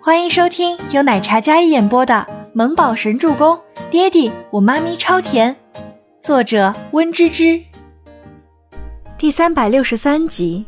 欢迎收听由奶茶嘉一演播的《萌宝神助攻》，爹地我妈咪超甜，作者温芝芝。第363集。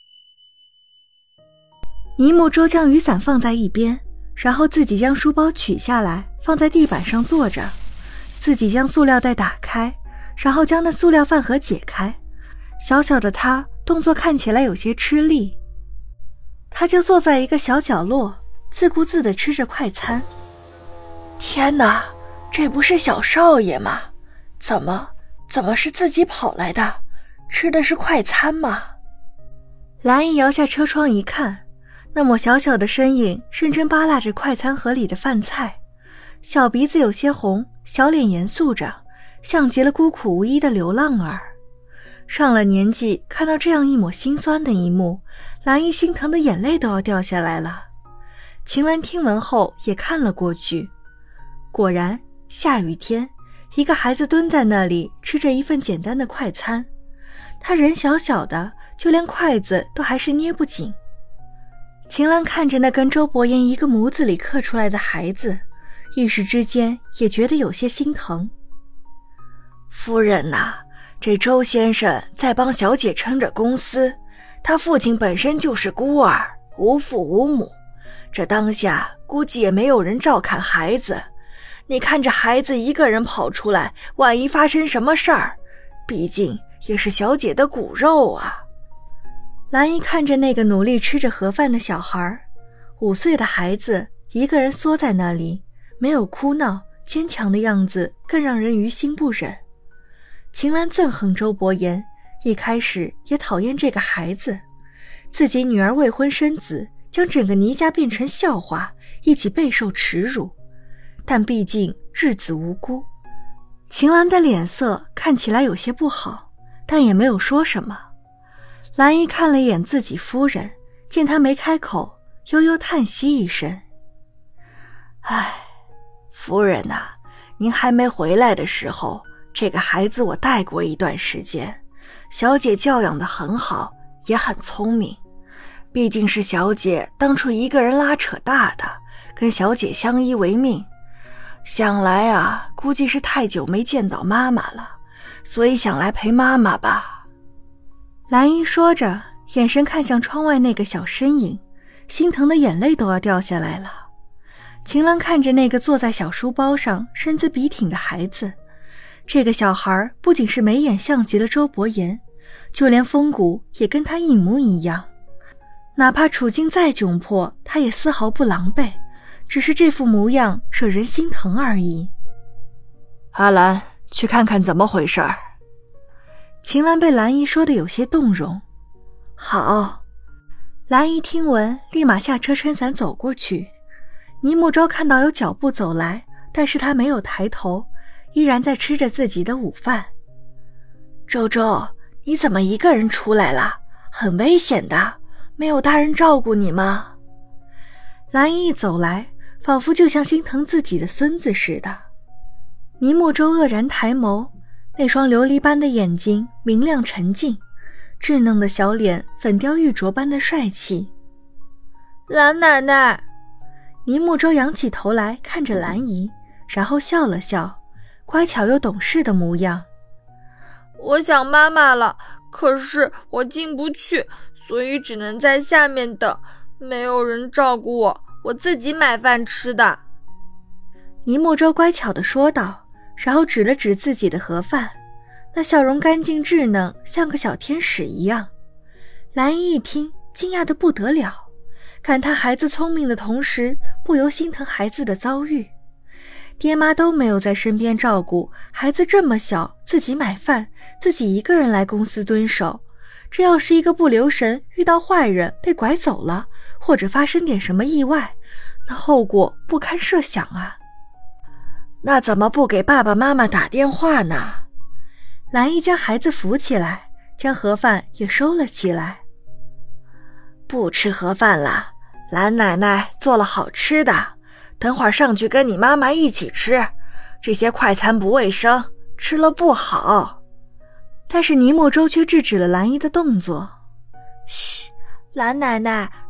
尼木舟将雨伞放在一边，然后自己将书包取下来放在地板上坐着，自己将塑料袋打开，然后将那塑料饭盒解开。小小的他动作看起来有些吃力，他就坐在一个小角落，自顾自地吃着快餐。天哪，这不是小少爷吗？怎么是自己跑来的？吃的是快餐吗？蓝姨摇下车窗一看，那抹小小的身影认真扒拉着快餐盒里的饭菜，小鼻子有些红，小脸严肃着，像极了孤苦无依的流浪儿。上了年纪，看到这样一抹心酸的一幕，蓝姨心疼的眼泪都要掉下来了。秦岚听闻后也看了过去，果然下雨天，一个孩子蹲在那里吃着一份简单的快餐，他人小小的，就连筷子都还是捏不紧。秦岚看着那跟周伯言一个模子里刻出来的孩子，一时之间也觉得有些心疼。夫人呐，这周先生在帮小姐撑着公司，他父亲本身就是孤儿，无父无母，这当下估计也没有人照看孩子。你看这孩子一个人跑出来，万一发生什么事儿，毕竟也是小姐的骨肉啊。蓝姨看着那个努力吃着盒饭的小孩，5岁的孩子一个人缩在那里，没有哭闹，坚强的样子更让人于心不忍。秦岚憎恨周伯言，一开始也讨厌这个孩子，自己女儿未婚生子，将整个倪家变成笑话，一起备受耻辱。但毕竟稚子无辜，秦岚的脸色看起来有些不好，但也没有说什么。蓝姨看了一眼自己夫人，见她没开口，悠悠叹息一声：唉，夫人呐，您还没回来的时候，这个孩子我带过一段时间，小姐教养得很好，也很聪明。毕竟是小姐当初一个人拉扯大的，跟小姐相依为命。想来啊，估计是太久没见到妈妈了，所以想来陪妈妈吧。蓝姨说着，眼神看向窗外那个小身影，心疼的眼泪都要掉下来了。秦岚看着那个坐在小书包上身姿笔挺的孩子，这个小孩不仅是眉眼像极了周伯言，就连风骨也跟他一模一样。哪怕处境再窘迫，他也丝毫不狼狈，只是这副模样惹人心疼而已。阿兰，去看看怎么回事儿。秦岚被蓝姨说的有些动容。好。蓝姨听闻，立马下车撑伞走过去。倪木舟看到有脚步走来，但是他没有抬头，依然在吃着自己的午饭。周周，你怎么一个人出来了？很危险的，没有大人照顾你吗？蓝姨一走来，仿佛就像心疼自己的孙子似的。倪木舟愕然抬眸，那双琉璃般的眼睛明亮沉静，稚嫩的小脸粉雕玉琢般的帅气。蓝奶奶。倪木舟仰起头来看着蓝姨，然后笑了笑，乖巧又懂事的模样。 我想妈妈了，可是我进不去，所以只能在下面等，没有人照顾我，我自己买饭吃的。 倪木舟乖巧地说道，然后指了指自己的盒饭，那笑容干净稚嫩，像个小天使一样。蓝姨一听，惊讶得不得了，感叹孩子聪明的同时，不由心疼孩子的遭遇。爹妈都没有在身边照顾，孩子这么小，自己买饭，自己一个人来公司蹲守，这要是一个不留神遇到坏人被拐走了，或者发生点什么意外，那后果不堪设想啊。那怎么不给爸爸妈妈打电话呢？蓝姨将孩子扶起来，将盒饭也收了起来。不吃盒饭了，蓝奶奶做了好吃的，等会儿上去跟你妈妈一起吃，这些快餐不卫生，吃了不好。但是倪木舟却制止了蓝姨的动作。嘘，蓝奶奶，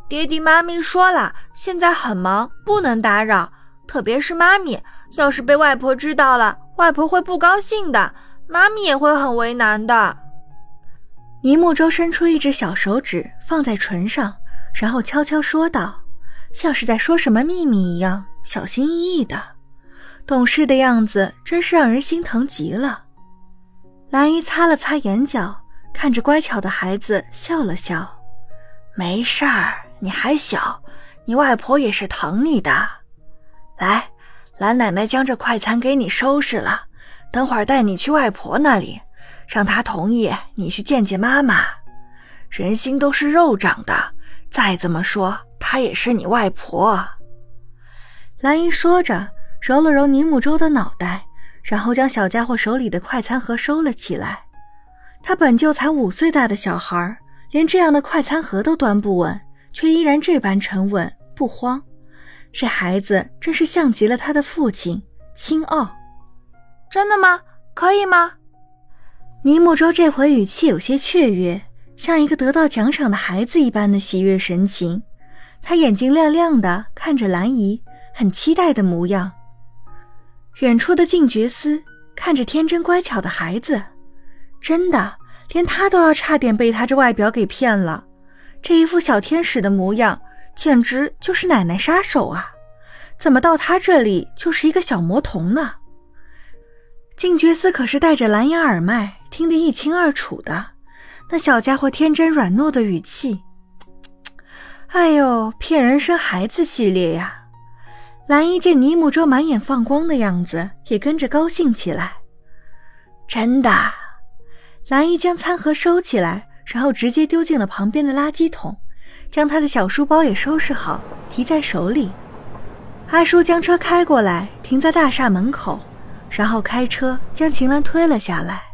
爹地妈咪说了，现在很忙，不能打扰，特别是妈咪，要是被外婆知道了，外婆会不高兴的，妈咪也会很为难的。 尼木舟伸出一只小手指放在唇上，然后悄悄说道，像是在说什么秘密一样，小心翼翼的，懂事的样子真是让人心疼极了。兰姨擦了擦眼角，看着乖巧的孩子笑了笑，没事儿，你还小，你外婆也是疼你的。来，兰奶奶将这快餐给你收拾了，等会儿带你去外婆那里，让她同意你去见见妈妈。人心都是肉长的，再怎么说她也是你外婆。兰姨说着，揉了揉尼木舟的脑袋，然后将小家伙手里的快餐盒收了起来。他本就才5岁大的小孩，连这样的快餐盒都端不稳，却依然这般沉稳不慌。这孩子真是像极了他的父亲，清傲。 真的吗？可以吗？ 尼木舟这回语气有些雀跃，像一个得到奖赏的孩子一般的喜悦神情。他眼睛亮亮的看着兰姨，很期待的模样。远处的静觉司看着天真乖巧的孩子，真的连他都要差点被他这外表给骗了。这一副小天使的模样，简直就是奶奶杀手啊！怎么到他这里就是一个小魔童呢？静觉司可是戴着蓝牙耳麦，听得一清二楚的。那小家伙天真软糯的语气，哎呦，骗人生孩子系列呀！兰姨见尼木舟满眼放光的样子，也跟着高兴起来。真的。兰姨将餐盒收起来，然后直接丢进了旁边的垃圾桶，将她的小书包也收拾好，提在手里。阿叔将车开过来，停在大厦门口，然后开车将秦岚推了下来。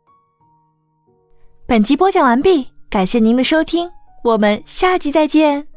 本集播讲完毕，感谢您的收听，我们下集再见。